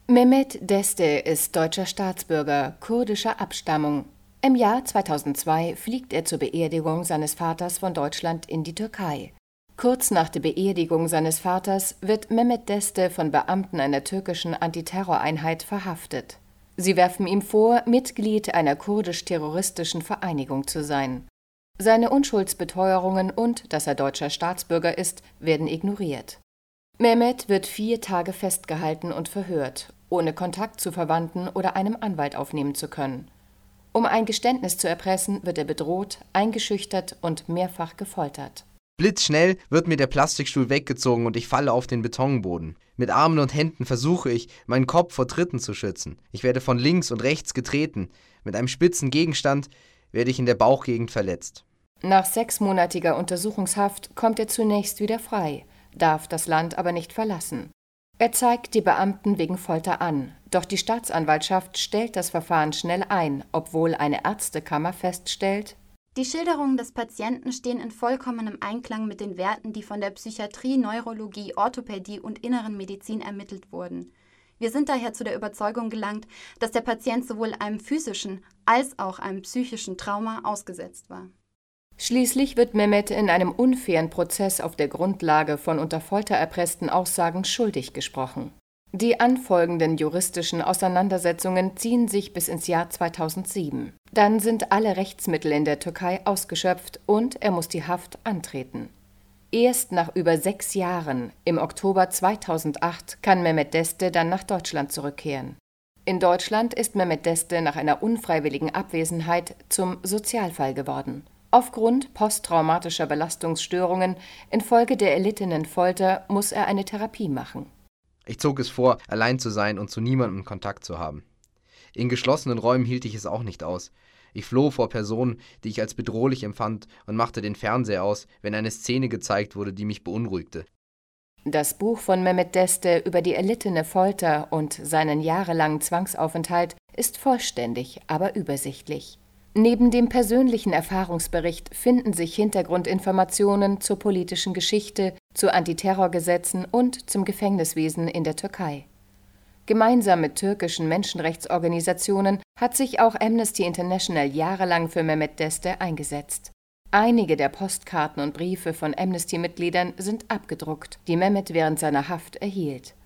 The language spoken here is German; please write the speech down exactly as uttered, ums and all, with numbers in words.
Mehmet Deste ist deutscher Staatsbürger kurdischer Abstammung. Im Jahr zweitausendzwei fliegt er zur Beerdigung seines Vaters von Deutschland in die Türkei. Kurz nach der Beerdigung seines Vaters wird Mehmet Deste von Beamten einer türkischen Antiterroreinheit verhaftet. Sie werfen ihm vor, Mitglied einer kurdisch-terroristischen Vereinigung zu sein. Seine Unschuldsbeteuerungen und dass er deutscher Staatsbürger ist, werden ignoriert. Mehmet wird vier Tage festgehalten und verhört, ohne Kontakt zu Verwandten oder einem Anwalt aufnehmen zu können. Um ein Geständnis zu erpressen, wird er bedroht, eingeschüchtert und mehrfach gefoltert. Blitzschnell wird mir der Plastikstuhl weggezogen und ich falle auf den Betonboden. Mit Armen und Händen versuche ich, meinen Kopf vor Tritten zu schützen. Ich werde von links und rechts getreten. Mit einem spitzen Gegenstand werde ich in der Bauchgegend verletzt. Nach sechsmonatiger Untersuchungshaft kommt er zunächst wieder frei, darf das Land aber nicht verlassen. Er zeigt die Beamten wegen Folter an, doch die Staatsanwaltschaft stellt das Verfahren schnell ein, obwohl eine Ärztekammer feststellt: Die Schilderungen des Patienten stehen in vollkommenem Einklang mit den Werten, die von der Psychiatrie, Neurologie, Orthopädie und Inneren Medizin ermittelt wurden. Wir sind daher zu der Überzeugung gelangt, dass der Patient sowohl einem physischen als auch einem psychischen Trauma ausgesetzt war. Schließlich wird Mehmet in einem unfairen Prozess auf der Grundlage von unter Folter erpressten Aussagen schuldig gesprochen. Die anfolgenden juristischen Auseinandersetzungen ziehen sich bis ins Jahr zweitausendsieben. Dann sind alle Rechtsmittel in der Türkei ausgeschöpft und er muss die Haft antreten. Erst nach über sechs Jahren, im Oktober zweitausendacht, kann Mehmet Deste dann nach Deutschland zurückkehren. In Deutschland ist Mehmet Deste nach einer unfreiwilligen Abwesenheit zum Sozialfall geworden. Aufgrund posttraumatischer Belastungsstörungen infolge der erlittenen Folter muss er eine Therapie machen. Ich zog es vor, allein zu sein und zu niemandem Kontakt zu haben. In geschlossenen Räumen hielt ich es auch nicht aus. Ich floh vor Personen, die ich als bedrohlich empfand, und machte den Fernseher aus, wenn eine Szene gezeigt wurde, die mich beunruhigte. Das Buch von Mehmet Deste über die erlittene Folter und seinen jahrelangen Zwangsaufenthalt ist vollständig, aber übersichtlich. Neben dem persönlichen Erfahrungsbericht finden sich Hintergrundinformationen zur politischen Geschichte, zu Antiterrorgesetzen und zum Gefängniswesen in der Türkei. Gemeinsam mit türkischen Menschenrechtsorganisationen hat sich auch Amnesty International jahrelang für Mehmet Deste eingesetzt. Einige der Postkarten und Briefe von Amnesty-Mitgliedern sind abgedruckt, die Mehmet während seiner Haft erhielt.